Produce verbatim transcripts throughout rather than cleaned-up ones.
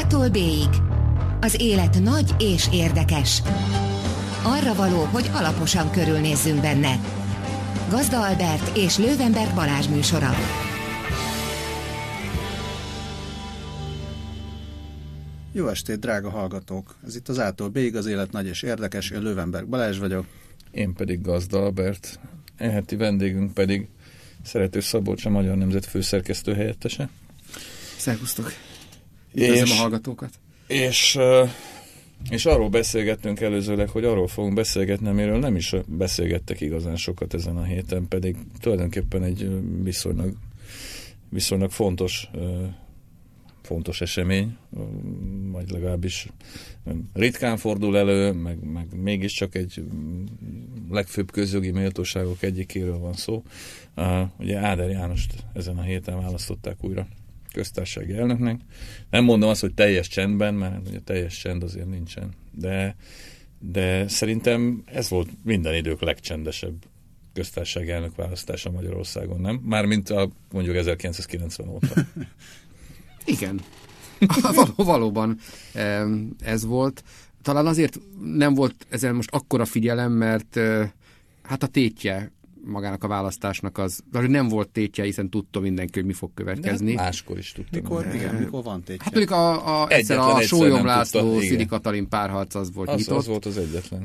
A-tól B-ig. Az élet nagy és érdekes. Arra való, hogy alaposan körülnézzünk benne. Gazda Albert és Lővenberg Balázs műsora. Jó estét, drága hallgatók! Ez itt az A-tól B-ig, az élet nagy és érdekes. Én Lővenberg Balázs vagyok. Én pedig Gazda Albert. E heti vendégünk pedig Szerető Szabolcs, a Magyar Nemzet főszerkesztő helyettese. Szervusztok! Üdvözlöm a hallgatókat! És, és arról beszélgettünk előzőleg, hogy arról fogunk beszélgetni, amiről nem is beszélgettek igazán sokat ezen a héten, pedig tulajdonképpen egy viszonylag, viszonylag fontos fontos esemény, vagy legalábbis ritkán fordul elő, meg, meg mégiscsak egy legfőbb közjogi méltóságok egyikéről van szó. Uh, ugye Áder Jánost ezen a héten választották újra köztársasági elnöknek. Nem mondom azt, hogy teljes csendben, mert ugye teljes csend azért nincsen, de, de szerintem ez volt minden idők legcsendesebb köztársasági elnök választása Magyarországon, nem? Mármint a, mondjuk ezerkilencszázkilencven óta. Igen. Való, valóban ez volt. Talán azért nem volt ezen most akkora figyelem, mert hát a tétje magának a választásnak az, hogy nem volt tétje, hiszen tudta mindenki, hogy mi fog következni. De máskor is tudtam. Mikor, igen, mikor van tétje? Hát mondjuk a, a, egyszer a Sólyom László, Szili Katalin párharc az volt az, nyitott. Az volt az egyetlen.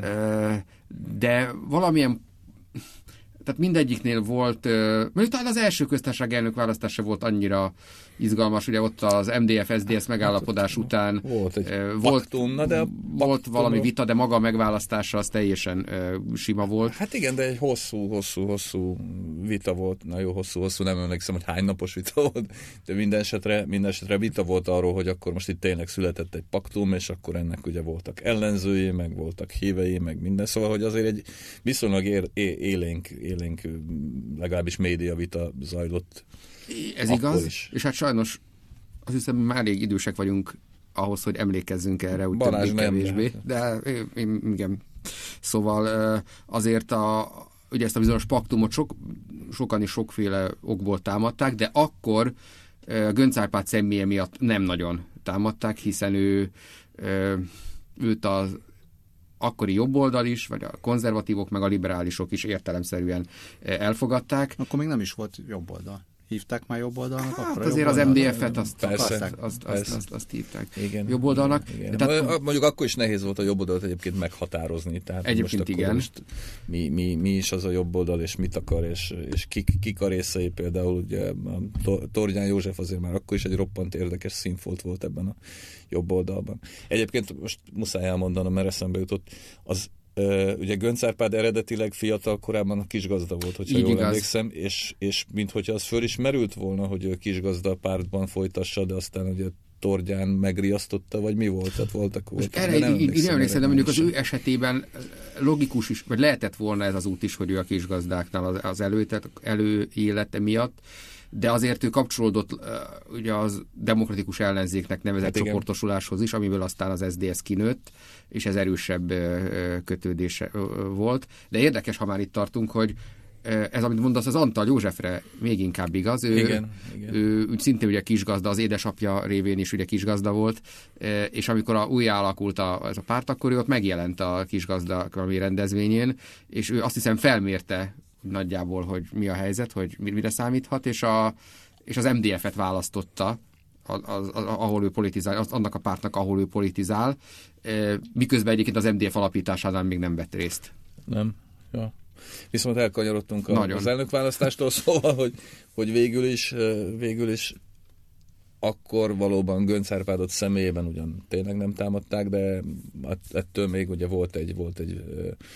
De valamilyen tehát mindegyiknél volt, mondjuk talán az első köztársaság elnök választása volt annyira izgalmas, ugye ott az em dé ef es dé es megállapodás után volt egy volt, paktum, na de a volt valami vita, de maga a megválasztása az teljesen uh, sima volt. Hát igen, de egy hosszú, hosszú, hosszú vita volt, na jó, hosszú, hosszú, nem emlékszem, hogy hány napos vita volt, de minden esetre, minden esetre vita volt arról, hogy akkor most itt tényleg született egy paktum, és akkor ennek ugye voltak ellenzői, meg voltak hívei, meg minden, szóval, hogy azért egy viszonylag ér, é, élénk, élénk, legalábbis média vita zajlott. Ez akkor igaz, is. És hát sajnos azt hiszem, már elég idősek vagyunk ahhoz, hogy emlékezzünk erre, úgy többé-kevésbé. De igen. Szóval azért a, ugye ezt a bizonyos paktumot sok, sokan is sokféle okból támadták, de akkor Göncz Árpád személye miatt nem nagyon támadták, hiszen ő őt az akkori jobboldal is, vagy a konzervatívok, meg a liberálisok is értelemszerűen elfogadták. Akkor még nem is volt jobboldal. Hívták már jobboldalnak? Hát akkor azért az em dé ef-et azt, persze, azt, azt, azt, azt, azt hívták igen, jobboldalnak. Igen. Tehát, mondjuk akkor is nehéz volt a jobboldalt egyébként meghatározni. Tehát egyébként most igen. Most mi, mi, mi is az a jobboldal, és mit akar, és, és kik, kik a részei például. Ugye Tordján József azért már akkor is egy roppant érdekes színfolt volt ebben a jobboldalban. Egyébként most muszáj elmondanom, mert eszembe jutott, az Uh, ugye Göncz Árpád eredetileg fiatal korában a kisgazda volt, hogyha így jól igaz. emlékszem, és, és minthogyha az föl is merült volna, hogy ő kisgazda pártban folytassa, de aztán ugye Tordján megriasztotta, vagy mi volt? Tehát voltak, voltak erre így, így nem emlékszem, de mondjuk az ő esetében logikus is, vagy lehetett volna ez az út is, hogy ő a kisgazdáknál az, az előtet, előélete miatt, de azért ő kapcsolódott uh, ugye az demokratikus ellenzéknek nevezett hát csoportosuláshoz is, amiből aztán az es zé dé es kinőtt, és ez erősebb uh, kötődése uh, volt. De érdekes, ha már itt tartunk, hogy uh, ez, amit mondasz, az Antal Józsefre még inkább igaz. Ő, igen, igen. ő úgy szintén ugye kisgazda, az édesapja révén is ugye kisgazda volt, uh, és amikor a, újjá alakult a, ez a párt, akkor ő ott megjelent a kisgazda valami rendezvényén, és ő azt hiszem felmérte nagyjából, hogy mi a helyzet, hogy mire számíthat, és, a, és az em dé ef-et választotta, az, az, ahol ő politizál, az, annak a pártnak, ahol ő politizál, miközben egyébként az em dé ef alapításánál még nem vett részt. Nem, ja. Viszont elkanyarodtunk a, az elnökválasztástól, szóval, hogy, hogy végül is, végül is akkor valóban Göncz Árpádot személyében ugyan tényleg nem támadták, de ettől még ugye volt egy, volt egy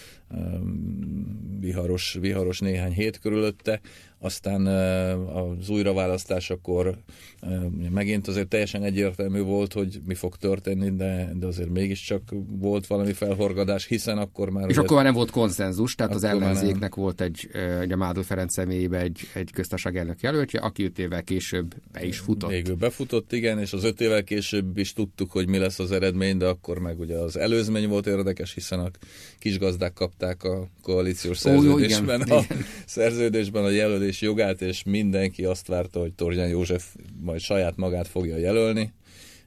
viharos, viharos néhány hét körülötte, aztán az újraválasztásakor megint azért teljesen egyértelmű volt, hogy mi fog történni, de, de azért mégiscsak volt valami felhorgadás, hiszen akkor már... És ugye, akkor már nem volt konszenzus, tehát az ellenzéknek volt egy, egy a Mádl Ferenc személyében egy, egy köztársaság elnök jelöltje, aki öt évvel később be is futott. Végül befutott, igen, és az öt évvel később is tudtuk, hogy mi lesz az eredmény, de akkor meg ugye az előzmény volt érdekes, hiszen a kisgazdák kapták a koalíciós szerződésben, Ó, jó, igen, a igen. szerződésben a jelölés jogát, és mindenki azt várta, hogy Tordján József majd saját magát fogja jelölni.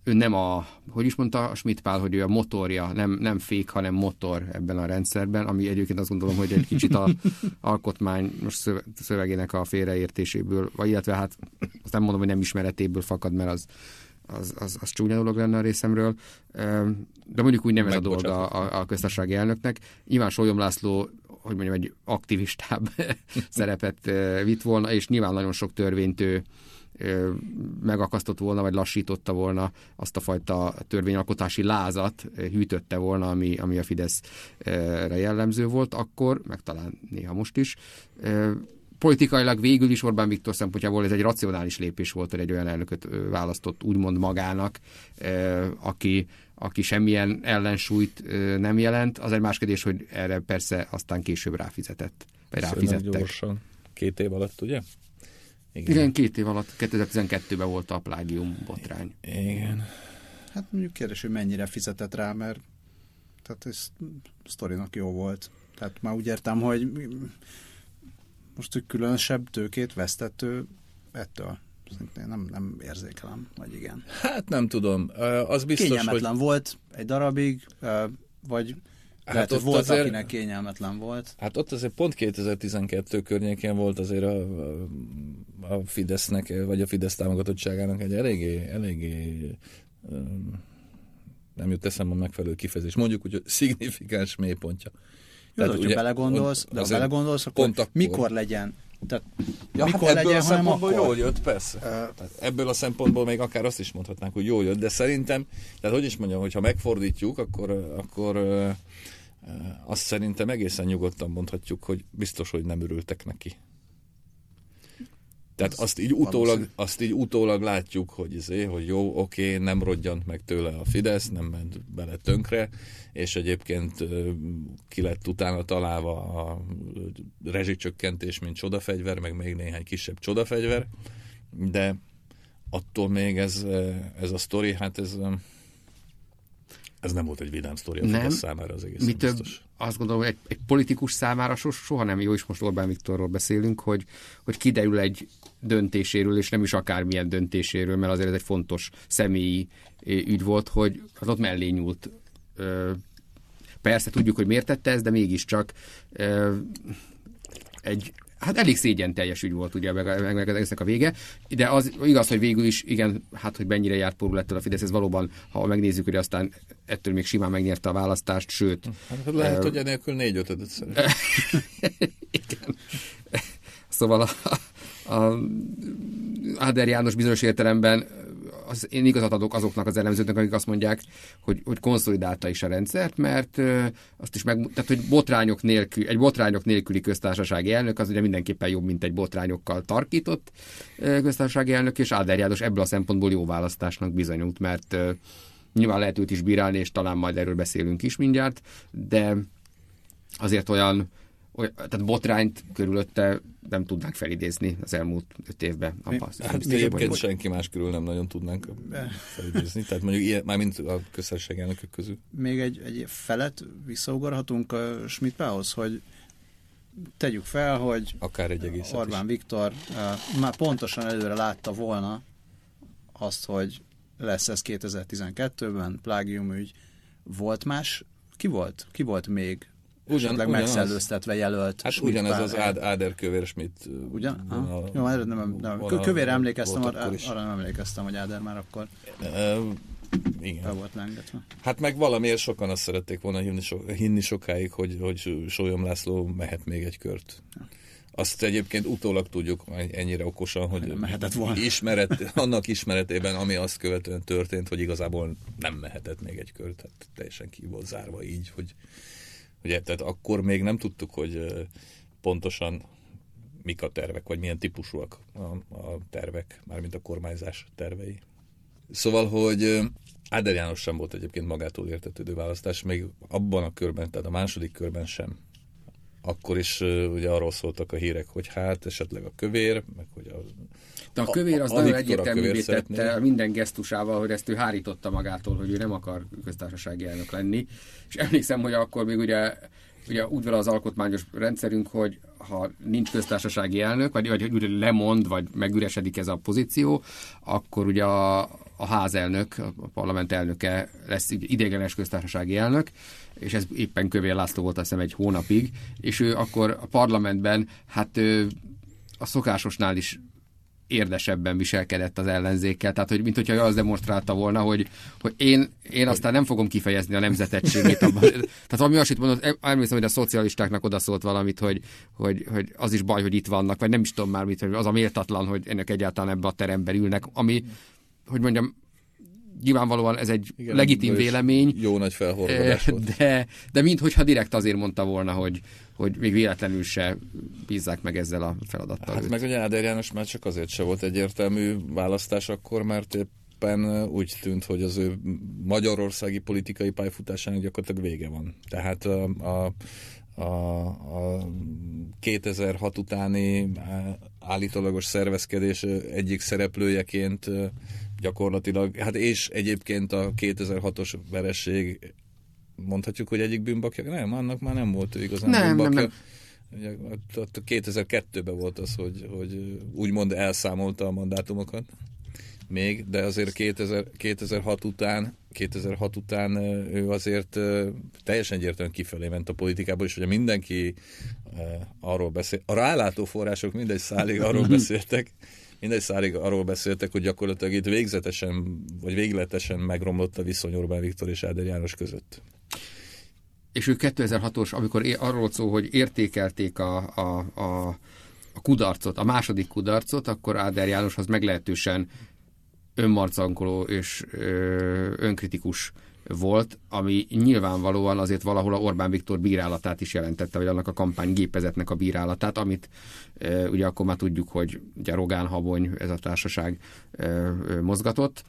ő nem a, hogy is mondta Schmidt Pál, hogy ő a motorja, nem, nem fék, hanem motor ebben a rendszerben, ami egyébként azt gondolom, hogy egy kicsit a alkotmány most szövegének a félreértéséből, vagy illetve hát azt nem mondom, hogy nem ismeretéből fakad, mert az, az, az, az csúnya dolog lenne a részemről, de mondjuk úgy nem ez a dolga a, a köztársasági elnöknek. Nyilván Sólyom László, hogy mondjam, egy aktivistább szerepet vitt volna, és nyilván nagyon sok törvényt ő megakasztott volna, vagy lassította volna azt a fajta törvényalkotási lázat, hűtötte volna, ami, ami a Fideszre jellemző volt akkor, meg talán néha most is. Politikailag végül is Orbán Viktor szempontjából ez egy racionális lépés volt, hogy egy olyan elnököt választott úgymond magának, aki, aki semmilyen ellensúlyt nem jelent. Az egy más kérdés, hogy erre persze aztán később ráfizetett, vagy ráfizettek. Gyorsan, két év alatt, ugye? Igen. Igen, két év alatt, kétezer-tizenkettőben volt a plágium botrány. Igen. Hát mondjuk kérdés, hogy mennyire fizetett rá, mert tehát ez sztorinak jó volt. Tehát már úgy értem, hogy most egy különösebb tőkét vesztett ő ettől. Szerintem nem, nem érzékelem, vagy igen. Hát nem tudom. Az biztos, kényelmetlen hogy... volt egy darabig, vagy hát lehet, hogy volt, azért, akinek kényelmetlen volt. Hát ott azért pont kétezer-tizenkettő környékén volt azért a, a Fidesznek, vagy a Fidesz támogatottságának egy eléggé, eléggé nem jut eszembe a megfelelő kifejezés. Mondjuk úgy, hogy szignifikáns mélypontja. Jó, tehát, hogyha belegondolsz, de ha belegondolsz, akkor, akkor mikor legyen? Tehát ja, mikor hát legyen, hanem akkor? Jól jött, persze. Uh, tehát ebből a szempontból még akár azt is mondhatnánk, hogy jól jött, de szerintem, tehát hogy is mondjam, hogyha megfordítjuk, akkor, akkor uh, uh, azt szerintem egészen nyugodtan mondhatjuk, hogy biztos, hogy nem örültek neki. Tehát azt így, utólag, azt így utólag látjuk, hogy, izé, hogy jó, oké, nem rodjant meg tőle a Fidesz, nem ment bele tönkre, és egyébként ki lett utána találva a rezsicsökkentés, mint csodafegyver, meg még néhány kisebb csodafegyver, de attól még ez, ez a sztori, hát ez, ez nem volt egy vidám sztori a Fidesz számára az egész. Mi több, azt gondolom, hogy egy, egy politikus számára soha nem jó, és most Orbán Viktorról beszélünk, hogy, hogy kiderül egy döntéséről, és nem is akármilyen döntéséről, mert azért ez egy fontos személyi ügy volt, hogy az ott mellé nyúlt. Persze tudjuk, hogy miért tette ezt, de mégiscsak egy, hát elég szégyen teljes ügy volt ugye meg, meg, meg egésznek a vége, de az igaz, hogy végül is, igen, hát hogy mennyire járt pórul ettől a Fidesz, ez valóban, ha megnézzük, hogy aztán ettől még simán megnyerte a választást, sőt. Hát lehet, uh, hogy enélkül négy-ötödet szeret. Igen. Szóval a, a Áder János bizonyos értelemben az, én igazat adok azoknak az elemzőknek, akik azt mondják, hogy, hogy konszolidálta is a rendszert, mert ö, azt is meg, tehát, hogy botrányok nélkül, egy botrányok nélküli köztársasági elnök az ugye mindenképpen jobb, mint egy botrányokkal tarkított ö, köztársasági elnök, és Áder János ebből a szempontból jó választásnak bizonyult, mert ö, nyilván lehet őt is bírálni, és talán majd erről beszélünk is mindjárt, de azért olyan Olyan, tehát botrányt körülötte nem tudnánk felidézni az elmúlt öt évben. Apa, hát egyébként senki más körül nem nagyon tudnánk felidézni. Tehát mondjuk ilyen, mármint a köztársasági elnökök közül. Még egy, egy felet visszaugorhatunk a Schmidt Pálhoz, hogy tegyük fel, hogy akár egy egészet Orbán is. Viktor uh, már pontosan előre látta volna azt, hogy lesz ez kétezer-tizenkettőben, plágiumügy. Volt más? Ki volt? Ki volt még? Ugyan, ugyanaz, megszellőztetve jelölt. Hát Schmidt ugyanez Pál, az Ád, Áder Kövér Schmidt. Ugyan? A, Jó, erre nem, nem. Kövére emlékeztem, arra, arra nem emlékeztem, hogy Áder már akkor e, igen. be volt lengetve. Hát meg valamiért sokan azt szerették volna hinni, so, hinni sokáig, hogy, hogy Sólyom László mehet még egy kört. Azt egyébként utólag tudjuk ennyire okosan, hogy ismeret, annak ismeretében, ami azt követően történt, hogy igazából nem mehetett még egy kört. Hát teljesen ki volt zárva így, hogy ugye, tehát akkor még nem tudtuk, hogy pontosan mik a tervek, vagy milyen típusúak a, a tervek, mármint a kormányzás tervei. Szóval, hogy Áder János sem volt egyébként magától értetődő választás, még abban a körben, tehát a második körben sem. Akkor is ugye arról szóltak a hírek, hogy hát esetleg a Kövér, meg hogy a... De a Kövér az a, nagyon egyértelművé tette minden gesztusával, hogy ezt ő hárította magától, hogy ő nem akar köztársasági elnök lenni. És emlékszem, hogy akkor még ugye, ugye úgy van az alkotmányos rendszerünk, hogy ha nincs köztársasági elnök, vagy, vagy lemond, vagy megüresedik ez a pozíció, akkor ugye a, a házelnök, a parlament elnöke lesz ideiglenes köztársasági elnök, és ez éppen Kövér László volt azt hiszem egy hónapig, és ő akkor a parlamentben hát ő a szokásosnál is érdesebben viselkedett az ellenzékkel, tehát hogy, mint hogyha az demonstrálta volna, hogy, hogy én, én aztán nem fogom kifejezni a nemzetegységét abban. Tehát valami olyasmit mondott, emlékszem, hogy a szocialistáknak odaszólt valamit, hogy, hogy, hogy az is baj, hogy itt vannak, vagy nem is tudom már mit, hogy az a méltatlan, hogy ennek egyáltalán ebbe a teremben ülnek, ami, hogy mondjam, nyilvánvalóan ez egy igen, legitim vélemény. Jó nagy felhorgadás volt. De, de minthogyha direkt azért mondta volna, hogy, hogy még véletlenül se bízzák meg ezzel a feladattal. Hát őt. Meg ugye Áder János már csak azért se volt egyértelmű választás akkor, mert éppen úgy tűnt, hogy az ő magyarországi politikai pályafutásának gyakorlatilag vége van. Tehát a, a A, a kétezer-hat utáni állítólagos szervezkedés egyik szereplőjeként gyakorlatilag, hát és egyébként a kétezer-hatos veresség mondhatjuk, hogy egyik bűnbakja, nem, annak már nem volt ő igazán nem, bűnbakja. Nem, nem. Ugye, kétezer-kettőben volt az, hogy, hogy úgymond elszámolta a mandátumokat még, de azért kétezer, kétezer-hat után kétezer-hat után ő azért teljesen egyértelműen kifelé ment a politikából, és ugye mindenki arról beszél, a rálátó források mindegy szálig arról beszéltek, mindegy szálig arról beszéltek, hogy gyakorlatilag itt végzetesen, vagy végletesen megromlott a viszony Orbán Viktor és Áder János között. És ő kétezer-hatos, amikor arról szó, hogy értékelték a, a, a, a kudarcot, a második kudarcot, akkor Áder Jánoshoz meglehetősen önmarcankoló és ö, önkritikus volt, ami nyilvánvalóan azért valahol a Orbán Viktor bírálatát is jelentette, vagy annak a kampánygépezetnek a bírálatát, amit ö, ugye akkor már tudjuk, hogy ugye Rogán Habony, ez a társaság ö, ö, mozgatott.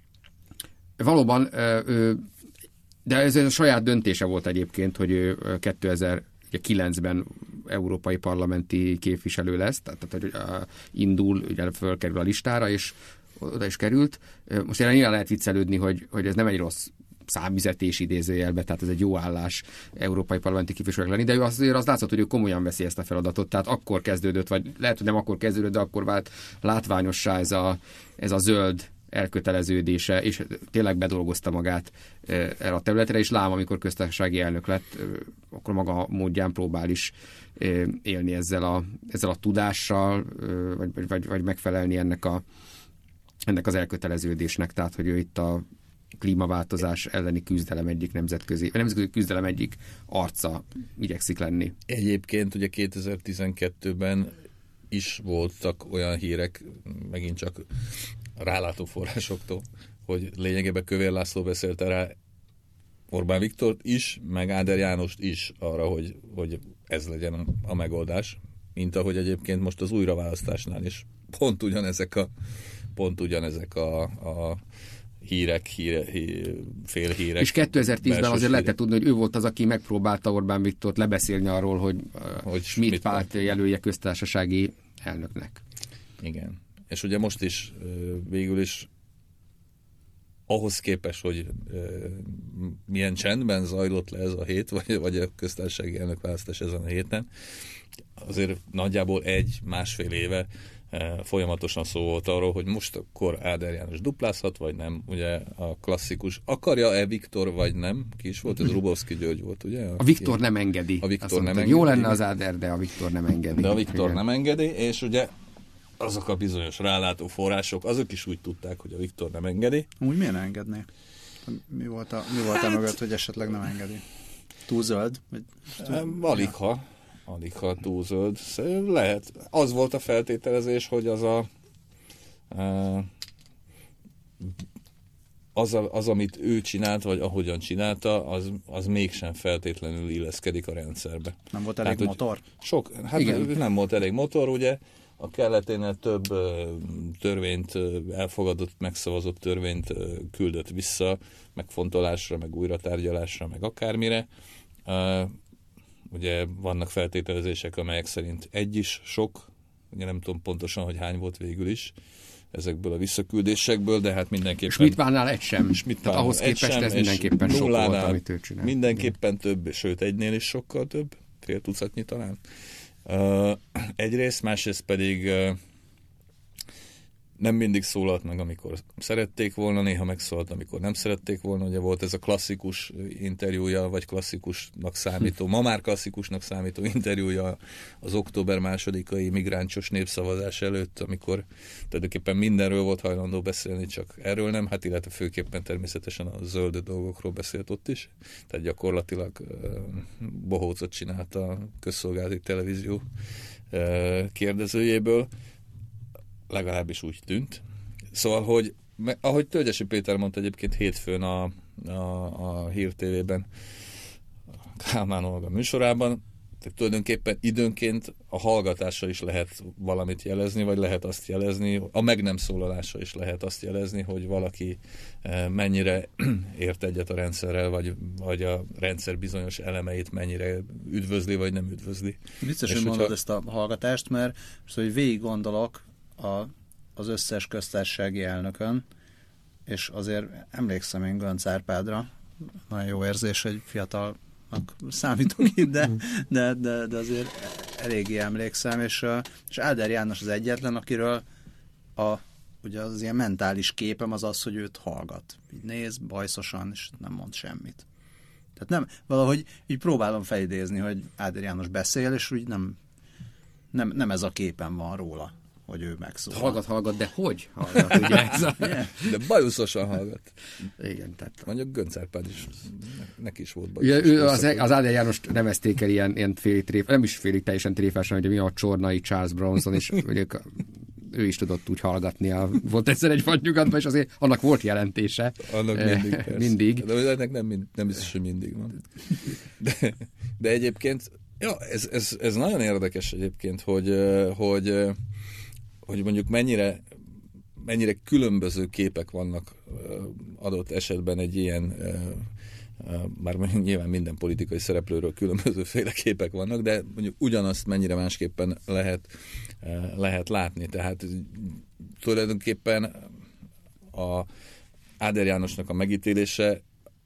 Valóban, ö, ö, de ez a saját döntése volt egyébként, hogy ő kétezer-kilencben európai parlamenti képviselő lesz, tehát hogy indul, ugye fölkerül a listára, és oda is került. Most erre nyilván lehet viccelődni, hogy, hogy ez nem egy rossz számüzetés idézőjelbe, tehát ez egy jó állás európai parlamenti képviselők lenni, de ő azért az látszott, hogy ő komolyan veszi ezt a feladatot, tehát akkor kezdődött, vagy lehet, hogy nem akkor kezdődött, de akkor vált látványossá ez a, ez a zöld elköteleződése, és tényleg bedolgozta magát erre a területre, és lám, amikor köztársasági elnök lett, akkor maga módján próbál is élni ezzel a, ezzel a tudással, vagy, vagy, vagy megfelelni ennek a ennek az elköteleződésnek, tehát, hogy ő itt a klímaváltozás elleni küzdelem egyik nemzetközi, vagy nemzetközi küzdelem egyik arca igyekszik lenni. Egyébként ugye kétezer-tizenkettőben is voltak olyan hírek, megint csak rálátó forrásoktól, hogy lényegében Kövér László beszélte rá Orbán Viktort is, meg Áder Jánost is arra, hogy, hogy ez legyen a megoldás, mint ahogy egyébként most az újraválasztásnál is pont ugyanezek a pont ugyanezek a, a hírek, híre, hír, félhírek. És kétezer-tízben azért lehetett tudni, hogy ő volt az, aki megpróbálta Orbán Viktort lebeszélni arról, hogy, hogy Schmidt párt jelölje köztársasági elnöknek. Igen. És ugye most is végül is ahhoz képest, hogy milyen csendben zajlott le ez a hét, vagy, vagy a köztársasági elnökválasztás ezen a héten, azért nagyjából egy, másfél éve folyamatosan szó volt arról, hogy most akkor Áder János duplázhat, vagy nem. Ugye a klasszikus, akarja-e Viktor, vagy nem? Ki is volt? Ez Rubovszki György volt, ugye? A Viktor nem engedi. A Viktor nem mondta, engedi. Jó lenne az Áder, de a Viktor nem engedi. De a Viktor igen. nem engedi, és ugye azok a bizonyos rálátó források, azok is úgy tudták, hogy a Viktor nem engedi. Úgy miért nem engedné? Mi volt a, mi volt hát, a mögött, hogy esetleg nem engedi? Túl zöld? Vagy, aligha. Aligha túl zöld. Lehet. Az volt a feltételezés, hogy az a az, a, az amit ő csinált, vagy ahogyan csinálta, az, az mégsem feltétlenül illeszkedik a rendszerbe. Nem volt elég hát, motor? Sok, hát igen. Nem volt elég motor, ugye a kelleténél több törvényt, elfogadott, megszavazott törvényt küldött vissza, megfontolásra, meg újratárgyalásra, meg akármire. Ugye vannak feltételezések, amelyek szerint egy is sok, ugye nem tudom pontosan, hogy hány volt végül is ezekből a visszaküldésekből, de hát mindenképpen... Schmidt-Pálnál egy sem. Schmidt-Pálnál ahhoz képest sem, ez mindenképpen sok volt, amit ő csinál. Mindenképpen több, sőt egynél is sokkal több, fél tucatnyi talán. Uh, egyrészt, másrészt pedig uh, nem mindig szólalt meg, amikor szerették volna, néha megszólalt, amikor nem szerették volna. Ugye volt ez a klasszikus interjúja, vagy klasszikusnak számító, ma már klasszikusnak számító interjúja az október másodikai migráncsos népszavazás előtt, amikor tulajdonképpen mindenről volt hajlandó beszélni, csak erről nem, hát illetve főképpen természetesen a zöld dolgokról beszélt ott is. Tehát gyakorlatilag uh, bohócot csinált a közszolgálati televízió uh, kérdezőjéből. Legalábbis úgy tűnt. Szóval, hogy ahogy Tölgyesi Péter mondta egyébként hétfőn a, a, a Hír té vében, Kálmán Olga műsorában, tehát tulajdonképpen időnként a hallgatással is lehet valamit jelezni, vagy lehet azt jelezni, a meg nem szólalással is lehet azt jelezni, hogy valaki mennyire ért egyet a rendszerrel, vagy, vagy a rendszer bizonyos elemeit mennyire üdvözli, vagy nem üdvözli. Biztos, hogy mondod ezt a hallgatást, mert hogy végig gondolok a, az összes köztársasági elnökön, és azért emlékszem én Gönc Árpádra, nagyon jó érzés, hogy fiatalnak számítok itt, de, de, de, de azért eléggé emlékszem, és, és Áder János az egyetlen, akiről a, ugye az ilyen mentális képem az az, hogy őt hallgat. Így néz, bajszosan, és nem mond semmit. Tehát nem, valahogy így próbálom felidézni, hogy Áder János beszél, és úgy nem, nem, nem ez a képen van róla, hogy ő megszól. Hallgat, hallgat, de hogy hallgat, ugye? Ez a... yeah. De bajuszosan hallgat. Igen, tehát... Mondjuk Gönc Árpád is, neki is volt bajuszos. Ugye, az, az Áder Jánost nevezték el ilyen, ilyen félig tréf, nem is félig teljesen tréfásan, hogy mi a Csornai Charles Bronson, és mondjuk ő is tudott úgy hallgatni. A, volt egyszer egy vadnyugatban, és azért annak volt jelentése. Annak mindig. Eh, mindig. De ennek nem, mind, nem biztos, hogy mindig van. De, de egyébként, ja, ez, ez, ez nagyon érdekes egyébként, hogy, hogy, hogy mondjuk mennyire, mennyire különböző képek vannak adott esetben egy ilyen, már nyilván minden politikai szereplőről különbözőféle képek vannak, de mondjuk ugyanazt mennyire másképpen lehet, lehet látni. Tehát tulajdonképpen a Áder Jánosnak a megítélése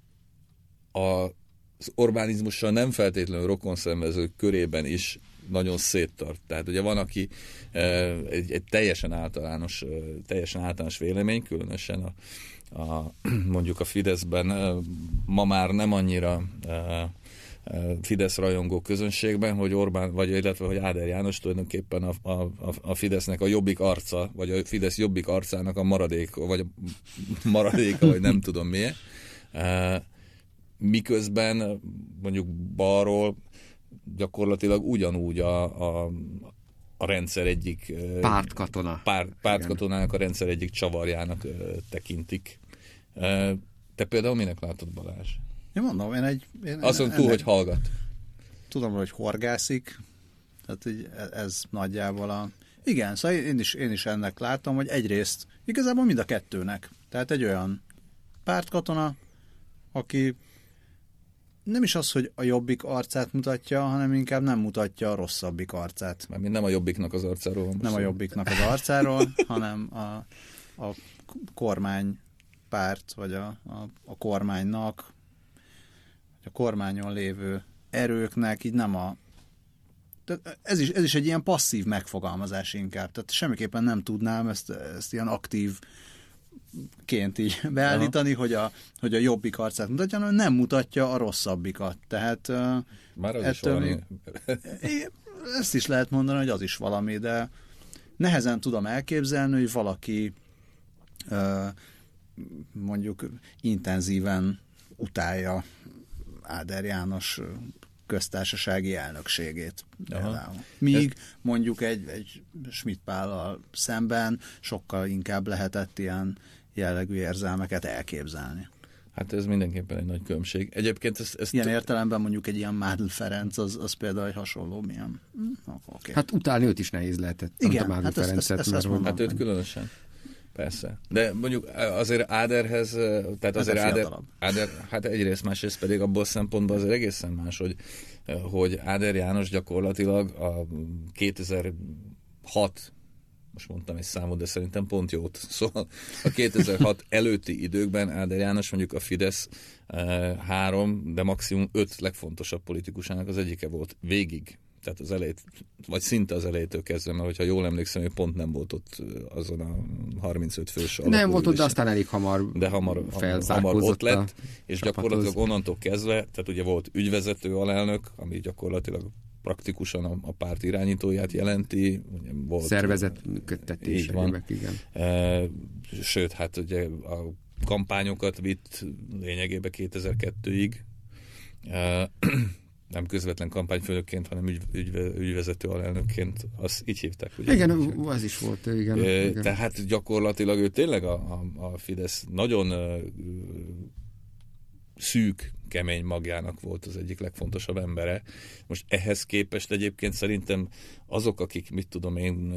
az Orbánizmussal nem feltétlenül rokonszenvezők körében is nagyon széttart. Tehát ugye van, aki egy, egy teljesen általános, teljesen általános vélemény, különösen a A, mondjuk a Fideszben ma már nem annyira Fidesz rajongó közönségben, hogy Orbán, vagy illetve hogy Áder János tulajdonképpen a, a, a Fidesznek a jobbik arca, vagy a Fidesz jobbik arcának a maradéka, vagy a maradéka, vagy nem tudom milyen. Miközben mondjuk balról gyakorlatilag ugyanúgy a, a a rendszer egyik pártkatona. Pár, pártkatonának a rendszer egyik csavarjának tekintik. Te például minek látod, Balázs? Én mondom, én egy... Én Azon túl, hogy hallgat. Tudom, hogy horgászik, tehát így ez nagyjából a... Igen, szóval én is, én is ennek látom, hogy egyrészt igazából mind a kettőnek. Tehát egy olyan pártkatona, aki nem is az, hogy a jobbik arcát mutatja, hanem inkább nem mutatja a rosszabbik arcát. Mármint nem a jobbiknak az arcáról. Nem szó. A jobbiknak az arcáról, hanem a, a kormánypárt, vagy a, a, a kormánynak, a kormányon lévő erőknek, így nem a... Ez is, ez is egy ilyen passzív megfogalmazás inkább. Tehát semmiképpen nem tudnám ezt, ezt ilyen aktív ként így beállítani, hogy a, hogy a jobbik arcát mutatja, hanem nem mutatja a rosszabbikat. Tehát már az is valami. Ezt is lehet mondani, hogy az is valami, de nehezen tudom elképzelni, hogy valaki mondjuk intenzíven utálja Áder János köztársasági elnökségét. Míg Ez... mondjuk egy, egy Schmidt Pállal szemben sokkal inkább lehetett ilyen jellegű érzelmeket elképzelni. Hát ez mindenképpen egy nagy különbség. Egyébként ezt... ezt ilyen értelemben mondjuk egy ilyen Mádl Ferenc, az, az például egy hasonló milyen. Hm, okay. Hát utálni őt is nehéz lehetett. Igen, a hát ezt, ezt, ezt, ezt mondom. Hát őt különösen. Persze. De mondjuk azért Áderhez, tehát azért Áder, Áder, hát egyrészt, másrészt pedig abból szempontból azért egészen más, hogy, hogy Áder János gyakorlatilag a kétezer-hat, most mondtam egy számot, de szerintem pont jót, szóval a kétezer-hat előtti időkben Áder János mondjuk a Fidesz három, de maximum öt legfontosabb politikusának az egyike volt végig. tehát az elejét, vagy szinte az elejétől kezdve, mert hogyha jól emlékszem, hogy pont nem volt ott azon a harmincöt fős nem volt ott, de aztán elég hamar de hamar, hamar ott lett, és gyakorlatilag onnantól kezdve, tehát ugye volt ügyvezető alelnök, ami gyakorlatilag praktikusan a, a párt irányítóját jelenti. Volt, szervezet működtetés. Van. Igen. E, sőt, hát ugye a kampányokat vitt lényegében kétezer-kettőig. E, nem közvetlen kampányfőnökként, hanem ügy, ügy, ügyvezető alelnökként, azt így hívták. Ugye? Igen, az is volt. Igen, e, igen. Tehát gyakorlatilag ő tényleg a, a, a Fidesz nagyon uh, szűk, kemény magjának volt az egyik legfontosabb embere. Most ehhez képest egyébként szerintem azok, akik, mit tudom én,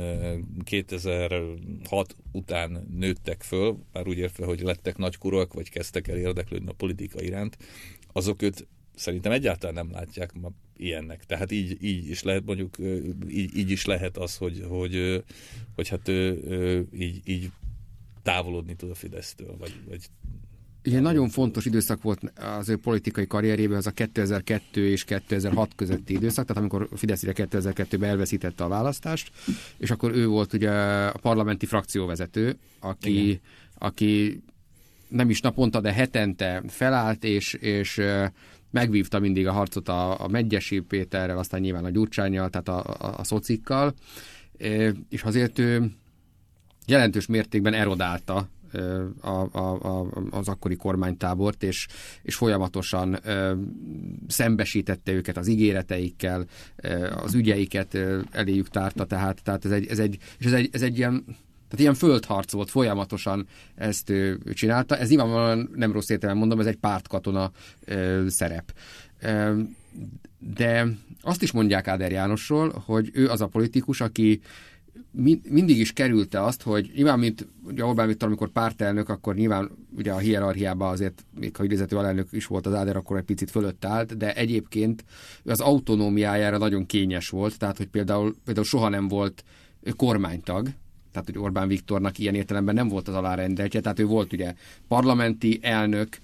kétezer-hat után nőttek föl, már úgy értve, hogy lettek nagykorúak, vagy kezdtek el érdeklődni a politika iránt, azok őt szerintem egyáltalán nem látják ma ilyennek. Tehát így, így is lehet, mondjuk, így, így is lehet az, hogy, hogy, hogy hát így, így távolodni tud a Fidesztől, vagy, vagy Egy nagyon fontos időszak volt az ő politikai karrierjében, az a kétezer-kettő és kétezer-hat közötti időszak, tehát amikor Fidesz kétezer-kettőben elveszítette a választást, és akkor ő volt ugye a parlamenti frakcióvezető, aki, aki nem is naponta, de hetente felállt, és, és megvívta mindig a harcot a, a Medgyessy Péterrel, aztán nyilván a Gyurcsánnyal, tehát a, a, a szocikkal, és azért ő jelentős mértékben erodálta A, a, a, az akkori kormánytábort, és, és folyamatosan ö, szembesítette őket az ígéreteikkel, ö, az ügyeiket ö, eléjük tárta, tehát, tehát ez, egy, ez, egy, és ez, egy, ez egy ilyen, tehát ilyen földharc volt, folyamatosan ezt ő csinálta. Ez nyilvánvalóan nem rossz értelemben mondom, ez egy pártkatona ö, szerep. Ö, de azt is mondják Áder Jánosról, hogy ő az a politikus, aki mindig is kerülte azt, hogy nyilván, mint ugye Orbán Viktor, amikor pártelnök, akkor nyilván ugye a hierarchiában azért, még ha ügyvezető alelnök is volt az Áder, akkor egy picit fölött állt, de egyébként az autonómiájára nagyon kényes volt, tehát hogy például, például soha nem volt kormánytag, tehát hogy Orbán Viktornak ilyen értelemben nem volt az alárendeltje, tehát ő volt ugye parlamenti elnök,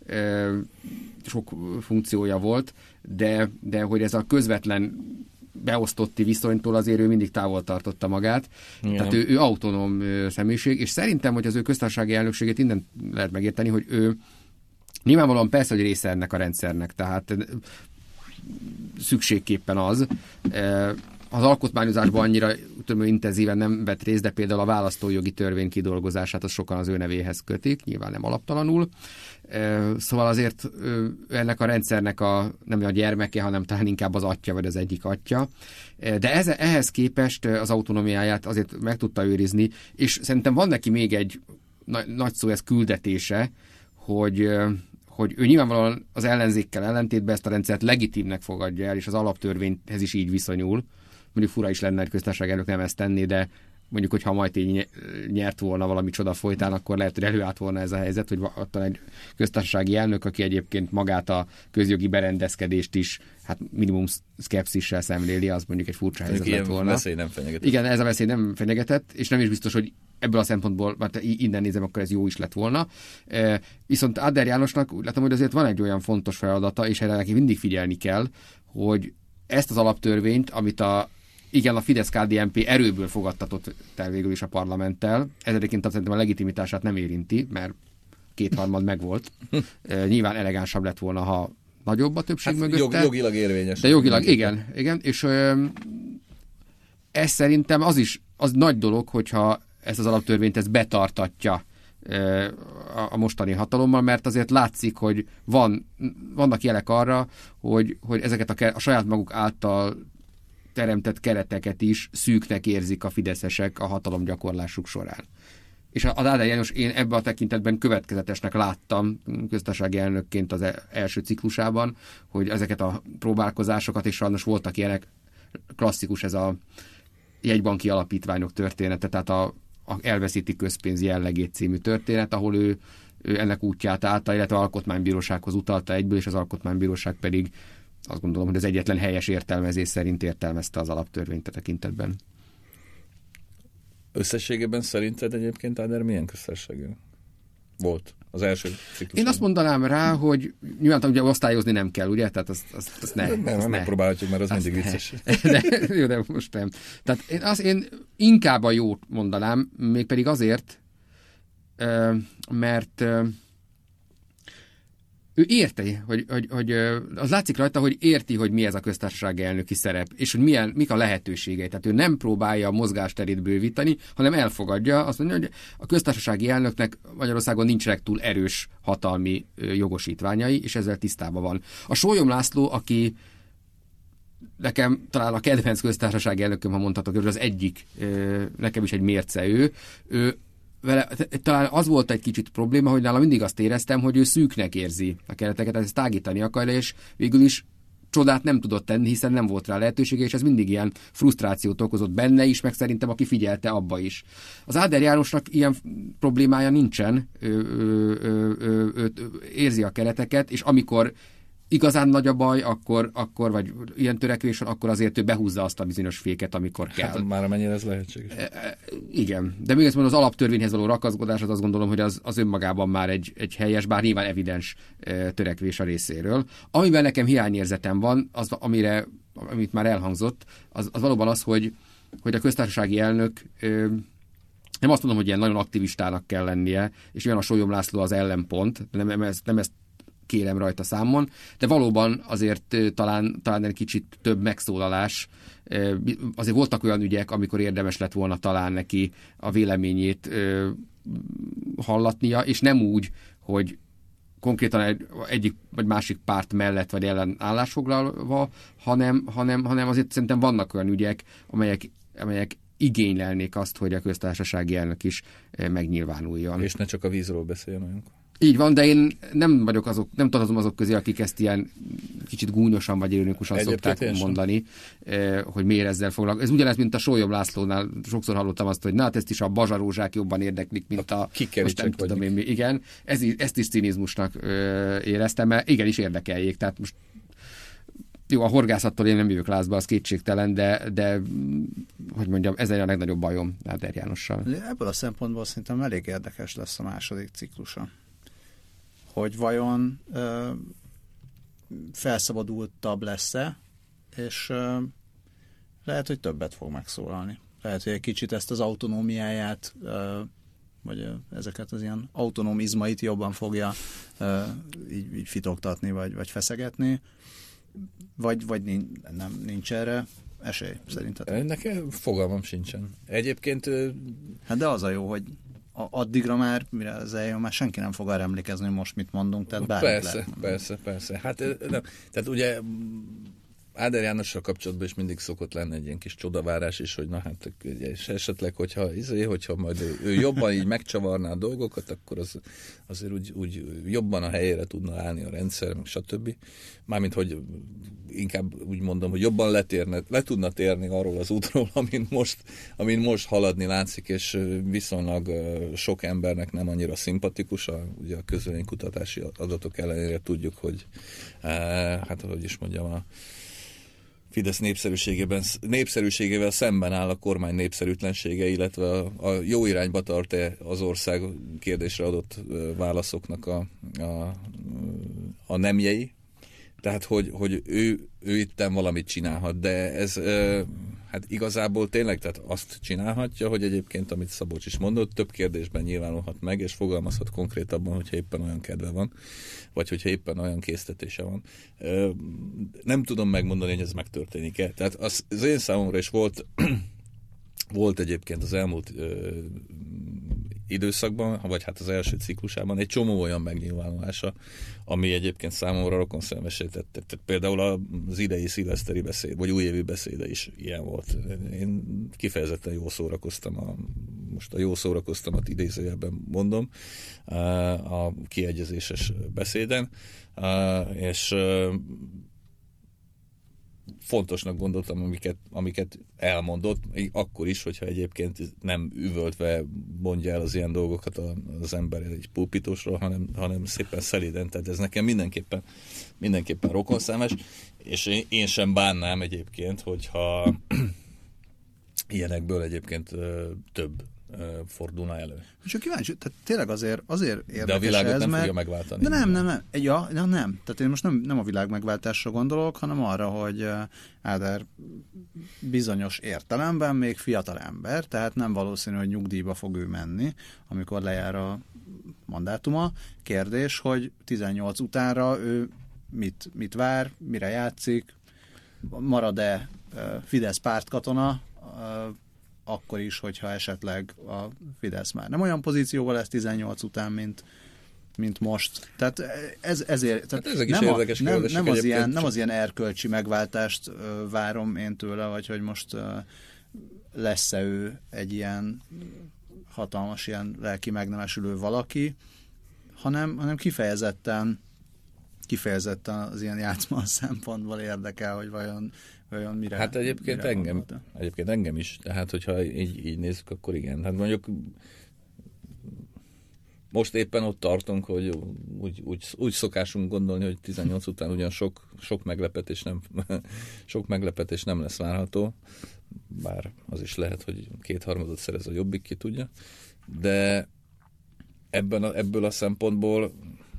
sok funkciója volt, de, de hogy ez a közvetlen beosztotti viszonytól azért ő mindig távol tartotta magát. Igen. Tehát ő, ő autonóm személyiség, és szerintem, hogy az ő köztársasági elnökségét innen lehet megérteni, hogy ő nyilvánvalóan persze, hogy része ennek a rendszernek, tehát szükségképpen az. Az alkotmányozásban annyira tudom, intenzíven nem vett részt, de például a választójogi törvény kidolgozását az sokan az ő nevéhez kötik, nyilván nem alaptalanul. Szóval azért ennek a rendszernek a, nem a gyermeke, hanem talán inkább az atya, vagy az egyik atya. De ez, ehhez képest az autonómiáját azért meg tudta őrizni, és szerintem van neki még egy nagy szó, ez küldetése, hogy, hogy ő nyilvánvalóan az ellenzékkel ellentétben ezt a rendszert legitimnek fogadja el, és az alaptörvényhez is így viszonyul. Mondjuk fura is lenne, hogy köztársasági elnök nem ezt tenni, de mondjuk, hogyha majd így nyert volna valami csoda folytán, akkor lehet, hogy előállt volna ez a helyzet, hogy ott egy köztársasági elnök, aki egyébként magát a közjogi berendezkedést is, hát minimum szkepszissel szemléli, az mondjuk egy furcsa helyzet lett volna. Veszély nem fenyegetett. Igen, ez a veszély nem fenyegetett, és nem is biztos, hogy ebből a szempontból, mert innen nézem, akkor ez jó is lett volna. Viszont Áder Jánosnak úgy látom, hogy azért van egy olyan fontos feladata, és erre neki mindig figyelni kell, hogy ezt az alaptörvényt, amit a igen, a Fidesz-ká dé en pé erőből fogadtatott el végül is a parlamenttel. Ez egyébként szerintem a legitimitását nem érinti, mert kétharmad megvolt. E, nyilván elegánsabb lett volna, ha nagyobb a többség hát mögötte. Jog, jogilag érvényes. De jogilag, igen, igen. És ö, ez szerintem az is az nagy dolog, hogyha ezt az alaptörvényt ezt betartatja ö, a, a mostani hatalommal, mert azért látszik, hogy van, vannak jelek arra, hogy, hogy ezeket a, a saját maguk által teremtett kereteket is szűknek érzik a fideszesek a hatalomgyakorlásuk során. És az Áder János én ebben a tekintetben következetesnek láttam köztársasági elnökként az első ciklusában, hogy ezeket a próbálkozásokat, és sajnos voltak ilyenek, klasszikus ez a jegybanki alapítványok története, tehát a, a elveszíti közpénz jellegét című történet, ahol ő, ő ennek útját állta, illetve alkotmánybírósághoz utalta egyből, és az alkotmánybíróság pedig azt gondolom, hogy az egyetlen helyes értelmezés szerint értelmezte az alaptörvényt a tekintetben. Összességében szerinted egyébként Áder milyen köztársasági volt? az első ciklusban. Én azt mondanám rá, hogy nyilván ugye osztályozni nem kell, ugye? Tehát azt, azt, azt ne. Nem, nem megpróbálhatjuk, mert az azt mindig vicces. De, jó, de most nem. Tehát én, az, én inkább a jót mondanám, mégpedig azért, mert ő érti, hogy, hogy, hogy az látszik rajta, hogy érti, hogy mi ez a köztársasági elnöki szerep, és hogy milyen, mik a lehetőségei. Tehát ő nem próbálja a mozgásterét bővíteni, hanem elfogadja, azt mondja, hogy a köztársasági elnöknek Magyarországon nincsenek túl erős hatalmi jogosítványai, és ezzel tisztában van. A Sólyom László, aki nekem talán a kedvenc köztársasági elnököm, ha mondhatok, az egyik, nekem is egy mérce ő, ő vele, talán az volt egy kicsit probléma, hogy nála mindig azt éreztem, hogy ő szűknek érzi a kereteket, ezt tágítani akarja, és végül is csodát nem tudott tenni, hiszen nem volt rá lehetősége, és ez mindig ilyen frusztrációt okozott benne is, meg szerintem aki figyelte abba is. Az Áder Jánosnak ilyen problémája nincsen, ő, ő, ő, ő, ő, ő érzi a kereteket, és amikor igazán nagy a baj, akkor, akkor vagy ilyen törekvés van, akkor azért ő behúzza azt a bizonyos féket, amikor kell. Hát már amennyire ez lehetséges. E, e, igen, de még azt mondom, az alaptörvényhez való ragaszkodás, az azt gondolom, hogy az, az önmagában már egy, egy helyes, bár nyilván evidens e, törekvés a részéről. Amiben nekem hiányérzetem van, az, amire, amit már elhangzott, az, az valóban az, hogy, hogy a köztársasági elnök e, nem azt mondom, hogy ilyen nagyon aktivistának kell lennie, és olyan a Sólyom László az ellenpont, nem, nem, ezt, nem ezt kérem rajta számon, de valóban azért talán, talán egy kicsit több megszólalás. Azért voltak olyan ügyek, amikor érdemes lett volna talán neki a véleményét hallatnia, és nem úgy, hogy konkrétan egy, egyik vagy másik párt mellett vagy ellen állásfoglalva, hanem, hanem, hanem azért szerintem vannak olyan ügyek, amelyek, amelyek igénylelnék azt, hogy a köztársasági elnök is megnyilvánuljon. És ne csak a vízről beszéljen olyankor. Így van, de én nem vagyok azok, nem tartozom azok közé, akik ezt ilyen kicsit gúnyosan vagy ironikusan szokták mondani, eh, hogy miért ezzel foglalkozik. Ez ugyanez, mint a Sólyom Lászlónál, sokszor hallottam azt, hogy na, hát ezt is a bazsarózsák jobban érdeklik, mint a... Most nem tudom én mi. Igen, ez, ezt is cinizmusnak eh, éreztem, mert igenis érdekeljék. Tehát most jó, a horgászattól én nem jövök lázba, az kétségtelen, de, de hogy mondjam, ez a legnagyobb bajom Áder Jánossal. Ebből a szempontból szerintem elég érdekes lesz a második ciklusa. Hogy vajon ö, felszabadultabb lesz-e, és ö, lehet, hogy többet fog megszólalni. Lehet, hogy egy kicsit ezt az autonómiáját, ö, vagy ö, ezeket az ilyen autonóm izmait jobban fogja ö, így, így fitoktatni, vagy, vagy feszegetni, vagy, vagy nincs, nem, nincs erre esély, szerinted? Nekem fogalmam sincsen. Egyébként... Ö... Hát de az a jó, hogy addigra már, mire az eljön, már senki nem fog arra emlékezni, hogy most mit mondunk, tehát bármit persze, lehet persze, persze. Hát nem. Tehát ugye Áder Jánossal kapcsolatban is mindig szokott lenni egy ilyen kis csodavárás is, hogy na hát és esetleg, hogyha, izé, hogyha majd ő, ő jobban így megcsavarná a dolgokat, akkor az, azért úgy, úgy jobban a helyére tudna állni a rendszer, meg stb. Mármint, hogy inkább úgy mondom, hogy jobban letérne, le tudna térni arról az útról, amin most, amin most haladni látszik, és viszonylag sok embernek nem annyira szimpatikus. A, ugye a közvéleménykutatási adatok ellenére tudjuk, hogy hát, hogy is mondjam, a Fidesz népszerűségében, népszerűségével szemben áll a kormány népszerűtlensége, illetve a, a jó irányba tart-e az ország kérdésre adott válaszoknak a, a, a nemjei. Tehát, hogy, hogy ő, ő itten valamit csinálhat, de ez hát igazából tényleg tehát azt csinálhatja, hogy egyébként, amit Szabolcs is mondott, több kérdésben nyilvánulhat meg, és fogalmazhat konkrétabban, hogyha éppen olyan kedve van, vagy hogyha éppen olyan késztetése van. Nem tudom megmondani, hogy ez megtörténik-e. Tehát az, az én számomra is volt, volt egyébként az elmúlt ö, időszakban, vagy hát az első ciklusában egy csomó olyan megnyilvánulása, ami egyébként számomra rokonszenvessé tette. Tehát például az idei szilveszteri beszéd, vagy újévi beszéde is ilyen volt. Én kifejezetten jól szórakoztam, a, most a jól szórakoztamat idézőjelben mondom, a kiegyezéses beszéden, és fontosnak gondoltam, amiket, amiket elmondott, akkor is, hogyha egyébként nem üvöltve mondja el az ilyen dolgokat az ember egy pulpitusról, hanem, hanem szépen szelíden, tehát ez nekem mindenképpen, mindenképpen rokonszenves, és én, én sem bánnám egyébként, hogyha ilyenekből egyébként több fordulna elő. Csak kíváncsi, tehát tényleg azért, azért érdekes de a világot ez, nem mert... fogja megváltani. De nem, nem, nem. Ja, ja, nem. Tehát én most nem, nem a világ megváltásra gondolok, hanem arra, hogy Áder bizonyos értelemben még fiatal ember, tehát nem valószínű, hogy nyugdíjba fog ő menni, amikor lejár a mandátuma. Kérdés, hogy tizennyolc utánra ő mit, mit vár, mire játszik, marad-e Fidesz pártkatona, akkor is, hogyha esetleg a Fidesz már nem olyan pozícióval lesz tizennyolc után, mint, mint most. Tehát ez, ezért tehát hát ezek is nem, a, nem, nem, az ilyen, nem az ilyen erkölcsi megváltást ö, várom én tőle, vagy hogy most ö, lesz-e ő egy ilyen hatalmas, ilyen lelki megnemesülő valaki, hanem, hanem kifejezetten kifejezetten az ilyen játszma szempontból érdekel, hogy vajon olyan mire, hát egyébként mire engem, gondolta. egyébként engem is, tehát hogyha így, így nézzük, akkor igen. Hát mondjuk most éppen ott tartunk, hogy úgy, úgy, úgy szokásunk gondolni, hogy tizennyolc után ugyan sok, sok meglepetés nem sok meglepetés nem lesz várható, bár az is lehet, hogy kétharmadot szerez a Jobbik, ki tudja, de ebben a, ebből a szempontból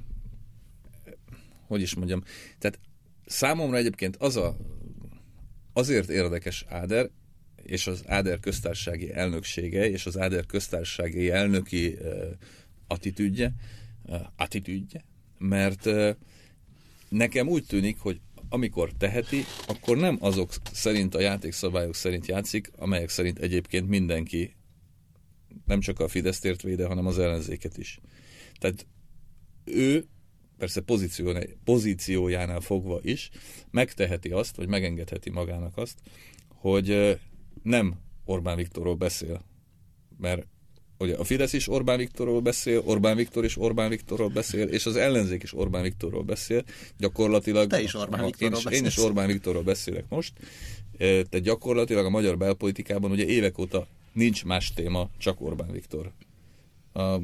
hogy is mondjam, tehát számomra egyébként az a azért érdekes Áder, és az Áder köztársasági elnöksége, és az Áder köztársasági elnöki uh, attitűdje, uh, attitűdje, mert uh, nekem úgy tűnik, hogy amikor teheti, akkor nem azok szerint, a játékszabályok szerint játszik, amelyek szerint egyébként mindenki, nem csak a Fideszt ért véde, hanem az ellenzéket is. Tehát ő persze pozíció, pozíciójánál fogva is, megteheti azt, vagy megengedheti magának azt, hogy nem Orbán Viktorról beszél. Mert ugye a Fidesz is Orbán Viktorról beszél, Orbán Viktor is Orbán Viktorról beszél, és az ellenzék is Orbán Viktorról beszél. Gyakorlatilag... Te is Orbán Viktorról én, én is Orbán Viktorról beszélek most. Tehát gyakorlatilag a magyar belpolitikában ugye évek óta nincs más téma, csak Orbán Viktor. A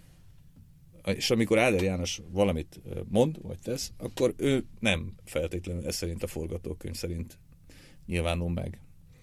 és amikor Áder János valamit mond, vagy tesz, akkor ő nem feltétlenül ez szerint a forgatókönyv szerint nyilvánul meg.